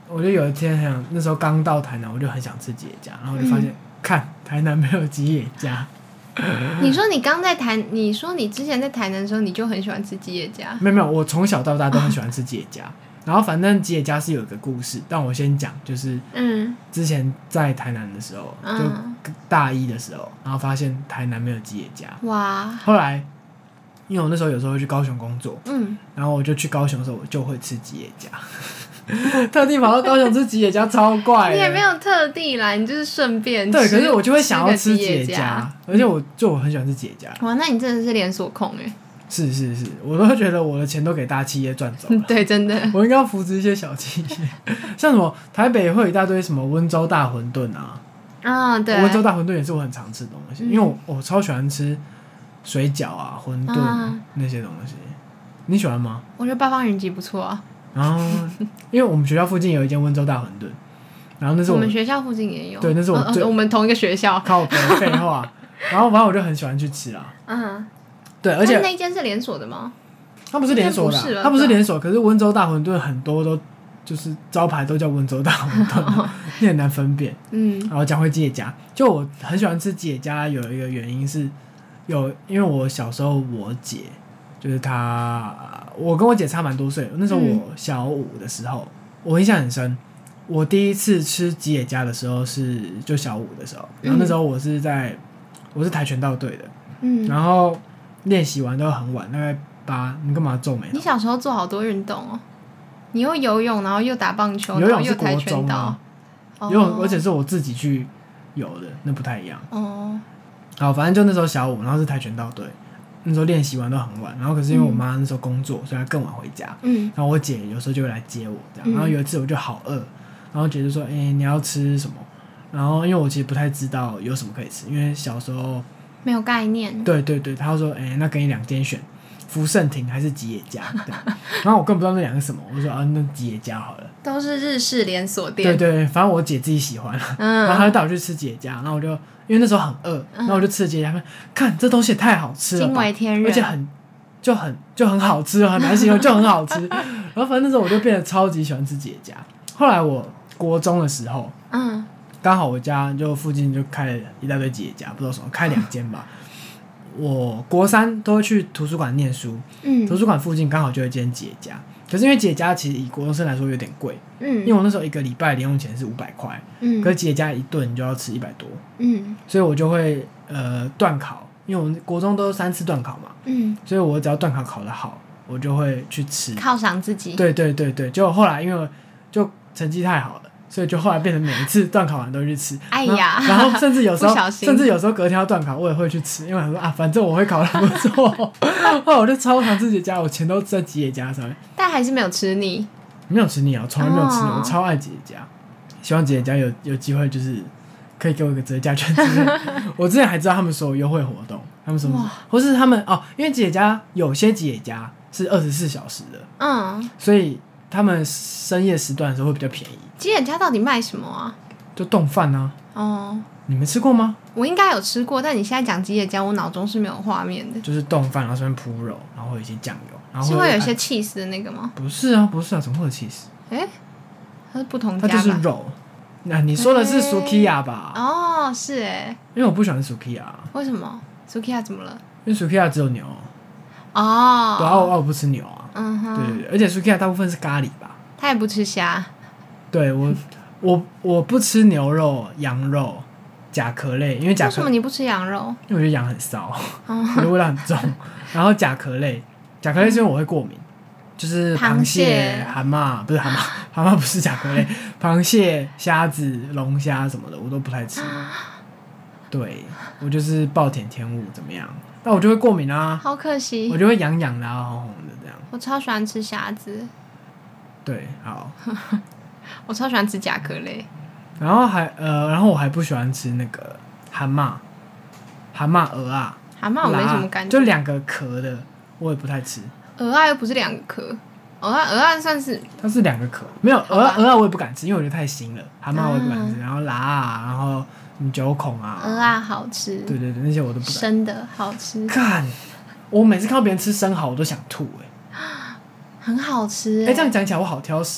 我就有一天想，那时候刚到台南，我就很想吃吉野家，然后我就发现，看台南没有吉野家。 你说你刚在你说你之前在台南的时候，你就很喜欢吃吉野家？ 没有，我从小到大都很喜欢吃吉野家。然后反正吉野家是有一个故事，但我先讲，就是之前在台南的时候，就大一的时候，然后发现台南没有吉野家。哇！后来因为我那时候有时候会去高雄工作，然后我就去高雄的时候，我就会吃吉野家。特地跑到高雄吃吉野家超怪。 你也没有特地啦，你就是顺便对，可是我就会想要吃吉野家，而且我很喜欢吃吉野家。 哇，那你真的是连锁控哎！ 是，我都觉得我的钱都给大企业赚走了。 对，真的， 我应该要扶持一些小企业，像什么台北会有一大堆什么温州大馄饨啊，对，温州大馄饨也是我很常吃的东西，因为我超喜欢吃水饺啊、馄饨那些东西。你喜欢吗？ 我觉得八方云集不错啊。 然后，因为我们学校附近有一间温州大馄饨，然后那是我们学校附近也有。 对，那是我们同一个学校。 靠北废话。然后反正我就很喜欢去吃啦。对，而且那间是连锁的吗？ 它不是连锁的，它不是连锁，可是温州大馄饨很多都就是招牌都叫温州大馄饨，你很难分辨。然后讲回吉野家，就我很喜欢吃吉野家，有一个原因是因为我小时候我姐就是我跟我姐差蛮多岁的，那时候我小5的时候，我印象很深。我第一次吃吉野家的时候是就小5的时候，然后那时候我是跆拳道队的，然后练习完都很晚，大概你干嘛皱眉头？ 你小时候做好多运动哦，你又游泳，然后又打棒球， 游泳是跆拳道， 游泳而且是我自己去游的，那不太一样。好，反正就那时候小5，然后是跆拳道队。那时候练习完都很晚，然后可是因为我妈那时候工作，所以她更晚回家。然后我姐有时候就会来接我，这样。然后有一次我就好饿，然后姐就说：“你要吃什么？”然后因为我其实不太知道有什么可以吃，因为小时候没有概念。 对，她就说：“那给你2间选，福盛亭还是吉野家？”然后我更不知道那2个什么，我就说：“那吉野家好了。” 都是日式连锁店。 对，反正我姐自己喜欢，然后她就带我去吃吉野家，然后我就。因为那时候很饿，然后我就吃了吉野家，看这东西也太好吃了吧， 惊为天人， 而且就很好吃，很难形容，就很好吃。然后反正那时候我就变得超级喜欢吃吉野家。后来我国中的时候，刚好我家就附近就开了一大堆吉野家，不知道什么开2间吧。我国3都会去图书馆念书，图书馆附近刚好就有一间吉野家。可是因为吉野家其实以国中生来说有点贵，因为我那时候1个礼拜零用钱是500块，可是吉野家一顿就要吃100多，所以我就会段考，因为我们国中都3次段考嘛，所以我只要段考考得好，我就会去吃， 犒赏自己。 对，结果后来因为就成绩太好了。所以就后来变成每一次段考完都去吃， 哎呀， 然后甚至有时候隔天要段考，我也会去吃，因为我说反正我会考得不错。后来我就超常吃吉野家，我钱都在吉野家上面， 但还是没有吃腻。 没有吃腻啊，从来没有吃腻，我超爱吉野家。希望吉野家有机会就是可以给我一个折价券之类。我之前还知道他们所有优惠活动，他们什么，或是他们因为吉野家有些吉野家是24小时的，所以他们深夜时段的时候会比较便宜。 吉野家到底卖什么啊？ 就冻饭啊。你没吃过吗？ 我应该有吃过，但你现在讲吉野家，我脑中是没有画面的。 就是冻饭，然后上面铺肉，然后会有一些酱油，然后是会有一些起司的那个吗？ 不是啊，怎么会有起司？ 它是不同家吧？ 它就是肉。那你说的是 Sukiya 吧？ 是因为我不喜欢 Sukiya。 为什么 Sukiya 怎么了？ 因为 Sukiya 只有牛。对啊，我不吃牛啊。对，而且 Sukiya 大部分是咖喱吧？ 他也不吃虾。 对我不吃牛肉、羊肉、甲壳类，因为为什么你不吃羊肉？ 因为我觉得羊很骚，我觉得味道很重。然后甲壳类是因为我会过敏，就是螃蟹、蛤蟆不是蛤蟆，蛤蟆不是甲壳类，螃蟹、虾子、龙虾什么的我都不太吃。对，我就是暴殄天物怎么样？那我就会过敏啊， 好可惜， 我就会痒痒的啊，红红的这样。 我超喜欢吃虾子。 对，好。 我超喜欢吃甲壳类， 然后我还不喜欢吃那个蛤蟆、鹅啊。 蛤蟆我没什么感觉， 就2个壳的我也不太吃。 鹅啊又不是2个壳，鹅啊算是它是2个壳，没有鹅啊我也不敢吃，因为我觉得太腥了。蛤蟆我也不敢吃，然后啊，然后9孔啊， 鹅啊好吃， 对那些我都不敢。 生的好吃， 看我每次看到别人吃生蚝我都想吐很好吃这样讲起来我好挑食哦。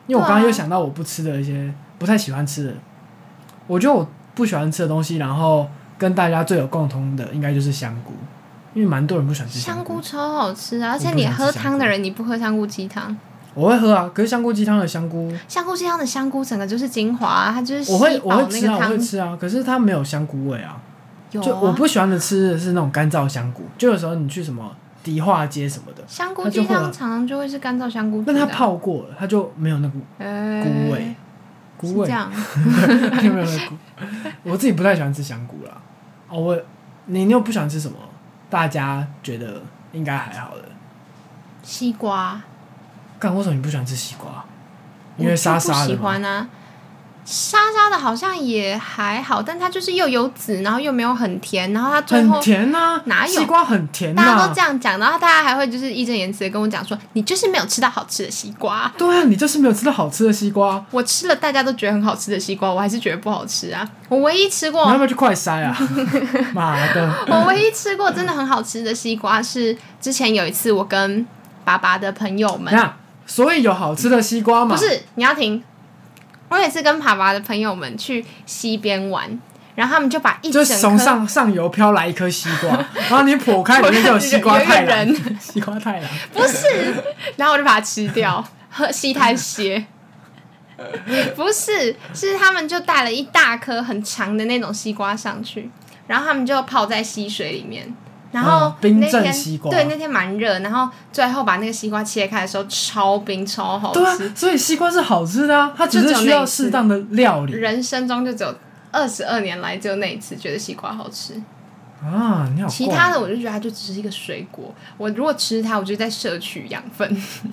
因为我刚刚又想到我不吃的一些不太喜欢吃的，我觉得我不喜欢吃的东西，然后跟大家最有共同的应该就是香菇，因为蛮多人不喜欢吃香菇。 香菇超好吃啊！而且你喝汤的人，你不喝香菇鸡汤？ 我会喝啊，可是香菇鸡汤的香菇的香菇整个就是精华啊，它就是我会吃啊， 我会吃啊，可是它没有香菇味啊。就我不喜欢的吃的是那种干燥香菇，就有时候你去什么迪化街什么的， 香菇鸡汤常常就会是干燥香菇， 但它泡过了，它就没有那股菇味。菇味这样， 没有那菇。我自己不太喜欢吃香菇啦。哦，你又不喜欢吃什么？大家觉得应该还好的。 西瓜。 干，为什么你不喜欢吃西瓜？因为沙沙的吗？ 我不喜欢啊。沙沙的好像也还好，但它就是又有籽，然后又没有很甜，然后它最后很甜啊， 哪有西瓜很甜啊？ 大家都这样讲，然后大家还会就是义正言辞的跟我讲说，你就是没有吃到好吃的西瓜。 对啊，你就是没有吃到好吃的西瓜。 我吃了大家都觉得很好吃的西瓜，我还是觉得不好吃啊。我唯一吃过， 你要不要去快筛啊？妈的！ 我唯一吃过真的很好吃的西瓜是之前有一次我跟爸爸的朋友们， 所以有好吃的西瓜吗？ 不是，你要听。我也是跟爸爸的朋友们去溪边玩，然后他们就把一整颗就从上游飘来一颗西瓜，然后你剖开里面就有西瓜太郎，西瓜太郎不是，然后我就把它吃掉，吸太血。不是，是他们就带了一大颗很长的那种西瓜上去，然后他们就泡在溪水里面。然后冰镇西瓜， 对，那天蛮热，然后最后把那个西瓜切开的时候超冰超好吃。 对啊，所以西瓜是好吃的啊，它只是需要适当的料理。 人生中就只有22年来只有那一次觉得西瓜好吃啊，你好怪。 其他的我就觉得它就只是一个水果，我如果吃它，我就在摄取养分。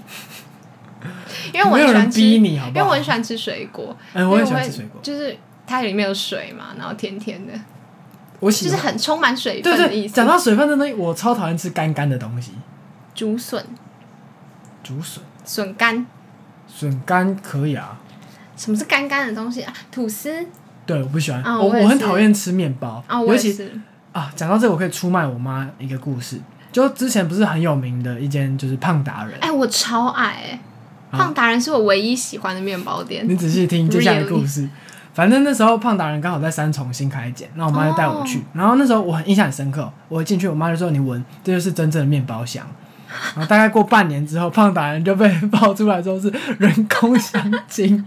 因为我很喜欢吃， 没有人逼你好不好？ 因为我很喜欢吃水果， 我也喜欢吃水果， 就是它里面有水嘛，然后甜甜的。 我喜欢就是很充满水分的意思。 讲到水分的东西，我超讨厌吃干干的东西。 竹笋，笋干， 笋干可以啊。 什么是干干的东西啊？吐司。 对，我不喜欢。 我很讨厌吃面包。 尤其讲到这个，我可以出卖我妈一个故事。就之前不是很有名的一间就是胖达人。 我超爱胖达人是我唯一喜欢的面包店。 你仔细听接下来的故事。反正那时候胖达人刚好在三重新开间，然后我妈就带我去，然后那时候我印象很深刻，我进去我妈就说你闻，这就是真正的面包香。然后大概过半年之后，胖达人就被爆出来之后是人工香精。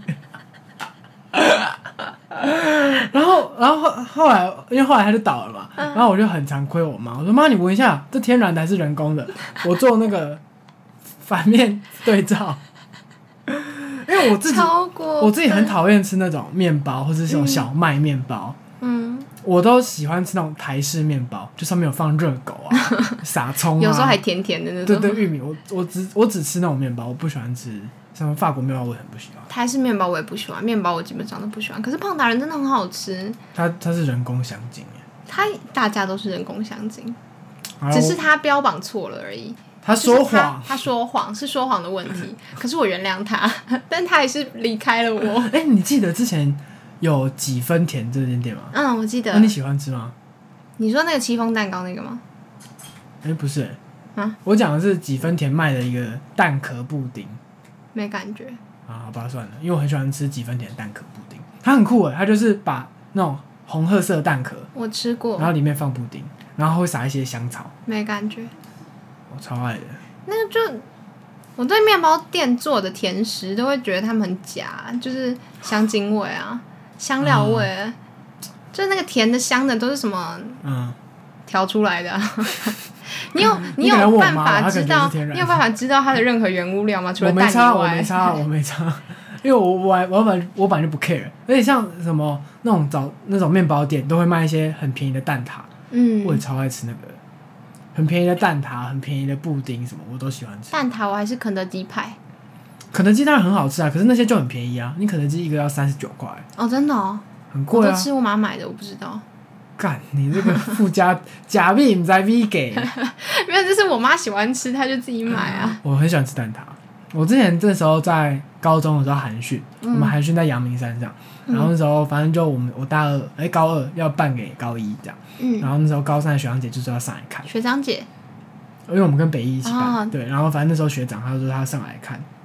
然后后来因为后来他就倒了嘛，然后我就很常亏我妈，我说妈你闻一下，这天然的还是人工的？我做那个反面对照。因为我自己很讨厌吃那种面包或者是这种小麦面包，我都喜欢吃那种台式面包，就上面有放热狗啊，撒葱啊， 有时候还甜甜的那种。 对，玉米，我只吃那种面包，我不喜欢吃什么法国面包，我也很不喜欢。 台式面包我也不喜欢，面包我基本上都不喜欢。可是胖达人真的很好吃， 它是人工香精耶， 大家都是人工香精，只是它标榜错了而已。 他说谎， 他说谎是说谎的问题。可是我原谅他，但他还是离开了我。 你记得之前有几分甜这间店吗？ 我记得。 那你喜欢吃吗？ 你说那个戚风蛋糕那个吗？ 不是我讲的是几分甜卖的一个蛋壳布丁。 没感觉好吧，算了，因为我很喜欢吃几分甜蛋壳布丁，它很酷它就是把那种红褐色蛋壳， 我吃过， 然后里面放布丁，然后会撒一些香草， 没感觉。 我超爱的。 那个就我对面包店做的甜食都会觉得他们很假，就是香精味啊、香料味，就是那个甜的香的都是什么调出来的你有办法知道？你有办法知道它的任何原物料吗？除了蛋以外， 我没差，因为我本来就不 care。而且像什么那种面包店都会卖一些很便宜的蛋挞，我也超爱吃那个。很便宜的蛋挞，很便宜的布丁，什么我都喜欢吃。 蛋挞我还是肯德基派。 肯德基当然很好吃啊，可是那些就很便宜啊。你肯德基一个要39块。 真的很贵啊。 我都吃我妈买的，我不知道。 干，你这个附加假币不知道 V 给。 没有，这是我妈喜欢吃，她就自己买啊。 我很喜欢吃蛋挞。我之前这时候在高中的时候寒训，我们寒训在阳明山上，然后那时候反正就我大二高二要办给高一这样。然后那时候高三的学长姐就说要上来看。 学长姐， 因为我们跟北一起办，对，然后反正那时候学长他就说他上来看，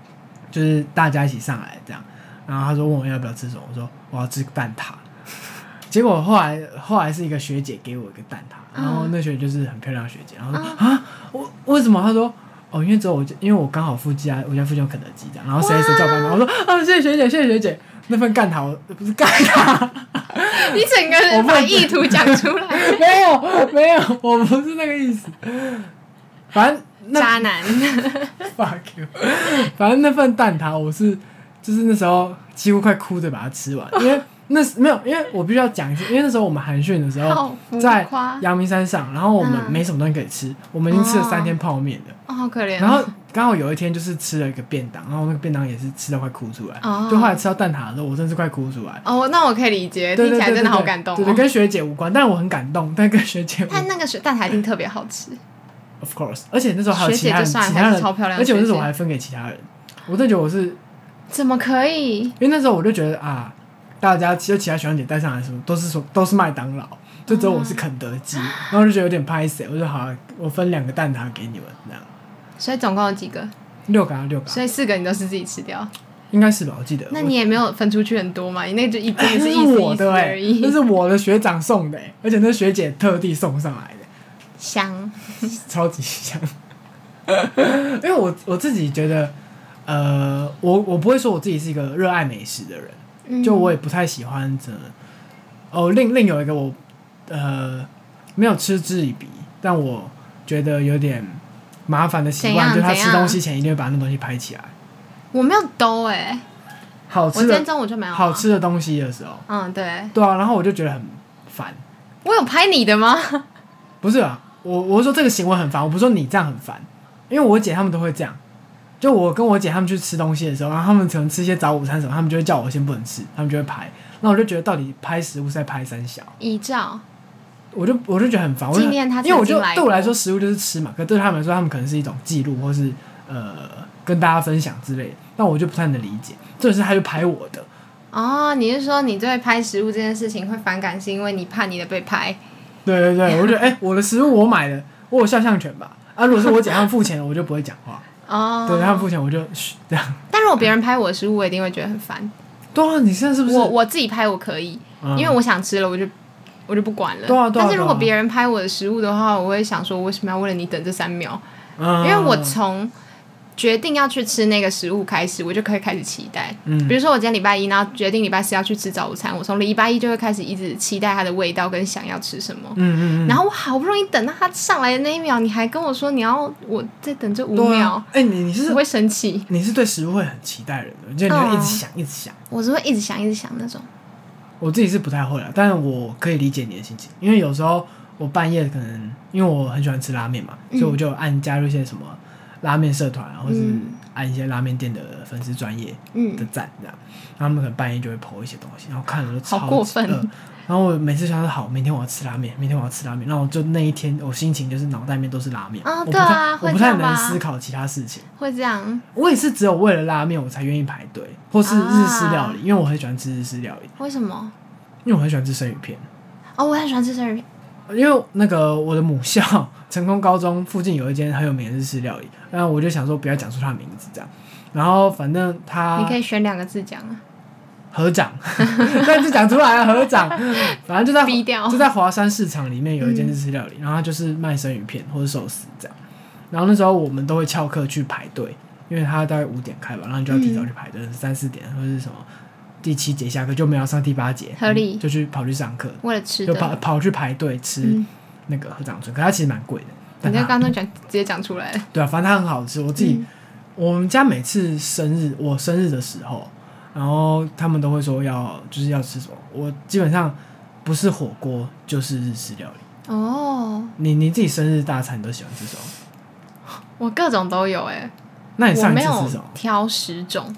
就是大家一起上来这样，然后他说问我要不要吃什么，我说我要吃蛋挞。结果后来是一个学姐给我一个蛋挞，然后那学姐就是很漂亮的学姐，然后说啊，我为什么？他说哦，因为我刚好我家附近有肯德基这样，然后谁叫我帮忙，我说啊，谢谢学姐，谢谢学姐。那份干挞不是干挞， 你整个人把意图讲出来。 没有，我不是那个意思。反正渣男 fuck you。反正那份蛋挞就是那时候几乎快哭着把它吃完，因为因为我必须要讲一次，因为那时候我们寒训的时候在阳明山上，然后我们没什么东西可以吃，我们已经吃了3天泡面了， 好可怜。 然后刚好有一天就是吃了一个便当，然后那个便当也是吃到快哭出来，就后来吃到蛋挞的时候，我真的是快哭出来。 那我可以理解，听起来真的好感动。 对，跟学姐无关，但是我很感动，但跟学姐无关。 但那个蛋挞一定特别好吃。 Of course， 而且那时候还有其他人， 超漂亮， 而且我那时候我还分给其他人，我真的觉得我是怎么可以？ 因为那时候我就觉得啊。大家其他学长姐带上来的时候都是麦当劳，就只有我是肯德基，然后就觉得有点拍死，我说好，我分2个蛋挞给你们这样。 所以总共有几个 ？6个。 所以4个你都是自己吃掉？ 应该是吧，我记得。 那你也没有分出去很多嘛？你那个就一定是我的而已。那是我的学长送的，而且那学姐特地送上来的。 香， 超级香。因为我自己觉得，我不会说我自己是一个热爱美食的人。就我也不太喜欢另有一个我没有嗤之以鼻，但我觉得有点麻烦的习惯，就是他吃东西前一定会把那东西拍起来。 我没有兜好吃的， 我今天中午就没有好吃的东西的时候， 对啊，然后我就觉得很烦。 我有拍你的吗？ 不是啊，我是说这个行为很烦，我不是说你这样很烦，因为我姐他们都会这样。就我跟我姐他们去吃东西的时候，然后他们可能吃一些早午餐什么，他们就会叫我先不能吃，他们就会拍。那我就觉得到底拍食物是在拍三小？ 遗照。我就觉得很烦。 纪念他曾经来过。 因为我就对我来说食物就是吃嘛，可对他们来说他们可能是一种记录，或是跟大家分享之类的。但我就不太能理解，这是他就拍我的。 你是说你对拍食物这件事情会反感，是因为你怕你的被拍？ 对，我就觉得我的食物我买的，我有肖像权吧？如果是我姐他们付钱，我就不会讲话。对，他们付钱我就这样。 但如果别人拍我的食物，我一定会觉得很烦。 对啊，你现在是不是？ 我自己拍我可以，因为我想吃了，我就不管了。 对啊。 但是如果别人拍我的食物的话，我会想说，为什么要为了你等这3秒？因为我从决定要去吃那个食物开始，我就可以开始期待。比如说我今天礼拜1，然后决定礼拜4要去吃早午餐，我从礼拜1就会开始一直期待它的味道跟想要吃什么。然后我好不容易等到它上来的那1秒，你还跟我说你要我再等这5秒， 你是我会生气。 你是对食物会很期待人的，就你会一直想一直想。 我是会一直想那种。 我自己是不太会啦，但是我可以理解你的心情，因为有时候我半夜可能因为我很喜欢吃拉面嘛，所以我就加入一些什么拉面社团，或是按一些拉面店的粉丝专页的赞这样，然后他们可能半夜就会 po 一些东西，然后看了就超级好过分。 然后我每次想说好，明天我要吃拉面，然后我就那一天我心情就是脑袋里面都是拉面。 对啊， 我不太能思考其他事情。 会这样。 我也是只有为了拉面我才愿意排队，或是日式料理，因为我很喜欢吃日式料理。 为什么？ 因为我很喜欢吃生鱼片。 我很喜欢吃生鱼片。 因为那个我的母校成功高中附近有一间很有名的日式料理，然后我就想说不要讲出他的名字这样，然后反正你可以选2个字讲啊。 合掌，但是讲出来了合掌，反正就在华山市场里面有一间日式料理，然后它就是卖生鱼片或者寿司这样，然后那时候我们都会翘课去排队，因为它大概5点开吧，然后你就要提早去排队，3、4点或者是什么第7节下课就没有上第8节， 合理， 就跑去上课， 为了吃的就跑去排队吃那个合掌村，可它其实蛮贵的。 你在刚刚直接讲出来了。 对啊，反正它很好吃。我自己，我们家每次我生日的时候，然后他们都会说要吃什么，我基本上不是火锅就是日式料理。你自己生日大餐你都喜欢吃什么？ 我各种都有那你上一次吃什么？ 我没有挑10种。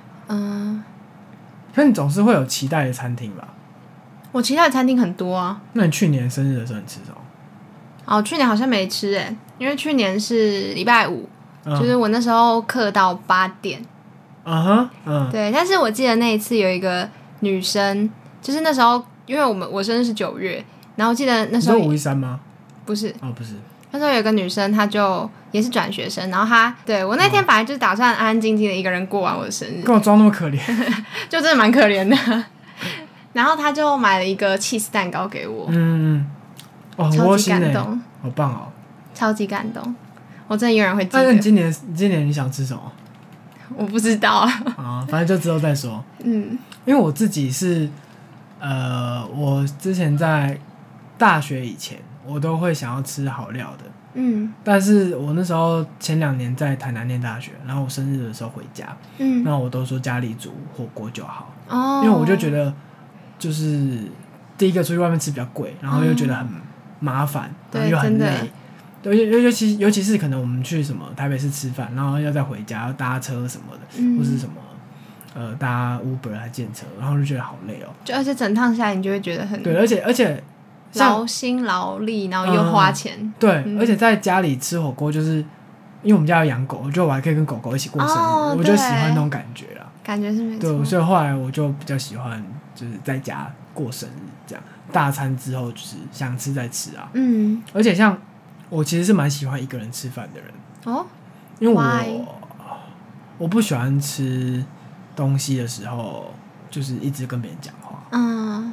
可你总是会有期待的餐厅吧？ 我期待的餐厅很多啊。 那你去年生日的时候你吃什么？ 去年好像没吃因为去年是礼拜5，就是我那时候课到8点。对，但是我记得那一次有一个女生，就是那时候因为我生日是9月，然后我记得那时候你说513吗？ 不是， 不是。 那时候有个女生，她就也是转学生，然后她对我那天本来就是打算安安静静的一个人过完我的生日， 跟我装那么可怜， 就真的蛮可怜的。然后她就买了一个cheese蛋糕给我，超级感动， 好棒哦， 超级感动，我真的永远会记得。 那你今年你想吃什么？ 我不知道啊，反正就之后再说。因为我自己是我之前在大学以前，我都会想要吃好料的。但是我那时候前2年在台南念大学，然后我生日的时候回家，那我都说家里煮火锅就好。因为我就觉得就是第一个出去外面吃比较贵，然后又觉得很麻烦，然后又很累。尤其是可能我们去什么台北市吃饭，然后要再回家要搭车什么的，或是什么搭 Uber 还建车，然后就觉得好累哦。 而且整趟下来你就会觉得很对，而且劳心劳力，然后又花钱。 对，而且在家里吃火锅，就是因为我们家有养狗，我还可以跟狗狗一起过生日，我就喜欢那种感觉啦。 感觉是没错。 对，所以后来我就比较喜欢就是在家过生日这样，大餐之后就是想吃再吃啊。而且像我其实是蛮喜欢一个人吃饭的人因为我不喜欢吃东西的时候就是一直跟别人讲话。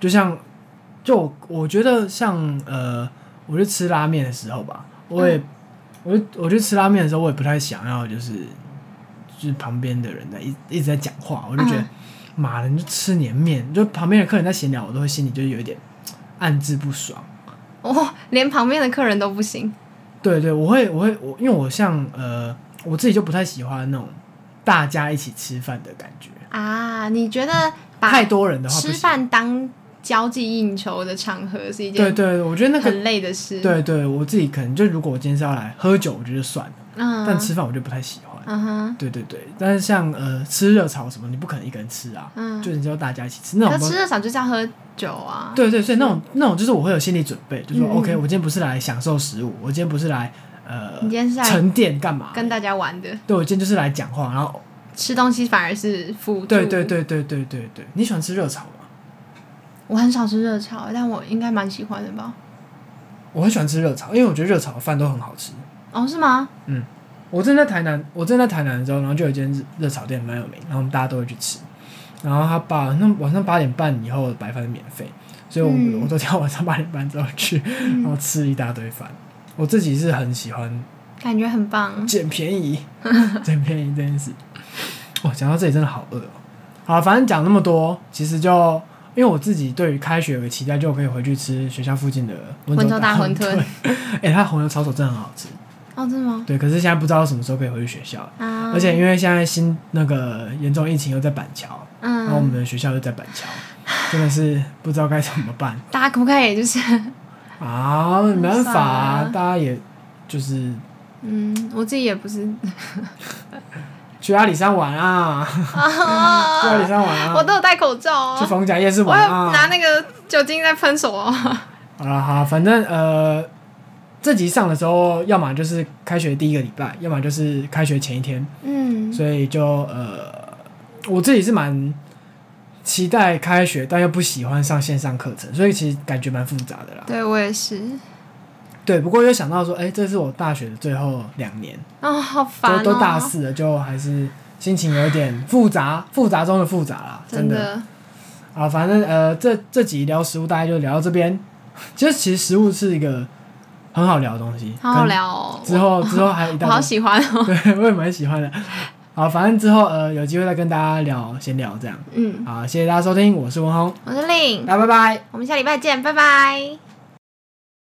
我觉得像我去吃拉面的时候吧，我去吃拉面的时候，我也不太想要就是旁边的人一直在讲话，我就觉得妈的，你就吃你的面，就旁边的客人在闲聊，我都会心里就有一点暗自不爽。 连旁边的客人都不行。 对，因为我像我自己就不太喜欢那种大家一起吃饭的感觉啊。你觉得把太多人的话， 吃饭当交际应酬的场合是一件对，我觉得那个很累的事。 对，我自己可能就如果我今天是要来喝酒，我觉得算了，但吃饭我就不太喜欢。对，但是像吃热炒什么，你不可能一个人吃啊，就你就要大家一起吃那种。 可是吃热炒就是要喝酒啊。 对，所以那种就是我会有心理准备，就是说 OK， 我今天不是来享受食物，我今天不是来你今天是来沉淀干嘛？ 跟大家玩的。 对，我今天就是来讲话，然后吃东西反而是辅助。 对，你喜欢吃热炒吗？ 我很少吃热炒，但我应该蛮喜欢的吧。 我很喜欢吃热炒，因为我觉得热炒的饭都很好吃。 是吗？ 我之前在台南的时候，然后就有一间热炒店蛮有名，然后我们大家都会去吃。然后他晚上8点半以后白饭是免费，所以我都挑晚上8点半之后去，然后吃一大堆饭。我自己是很喜欢， 感觉很棒， 捡便宜这件事。讲到这里真的好饿哦。好，反正讲那么多，其实就因为我自己对于开学有个期待，就可以回去吃学校附近的温州大馄饨。 它红油抄手真的很好吃。 真的吗？ 对，可是现在不知道什么时候可以回去学校而且因为现在新那个严重疫情又在板桥，然后我们的学校又在板桥，真的是不知道该怎么办。 大家可不可以就是没办法啊，大家也就是我自己也不是去阿里山玩啊，去阿里山玩啊， 我都有戴口罩去逢甲夜市玩啊， 我拿那个酒精在喷手好了，反正这集上的时候，要么就是开学第一个礼拜，要么就是开学前一天。所以就我自己是蛮期待开学，但又不喜欢上线上课程，所以其实感觉蛮复杂的啦。 对，我也是。 对，不过又想到说，这是我大学的最后2年， 好烦都大4了，就还是心情有点复杂中的复杂啦，真的。反正这集聊食物大概就聊到这边。其实食物是一个很好聊的东西， 好好聊哦。 之后还有一大堆， 我好喜欢哦。 对，我也蛮喜欢的。好，反正之后有机会再跟大家闲聊这样。好，谢谢大家收听，我是文宏， 我是令， 大家拜拜， 我们下礼拜见，拜拜。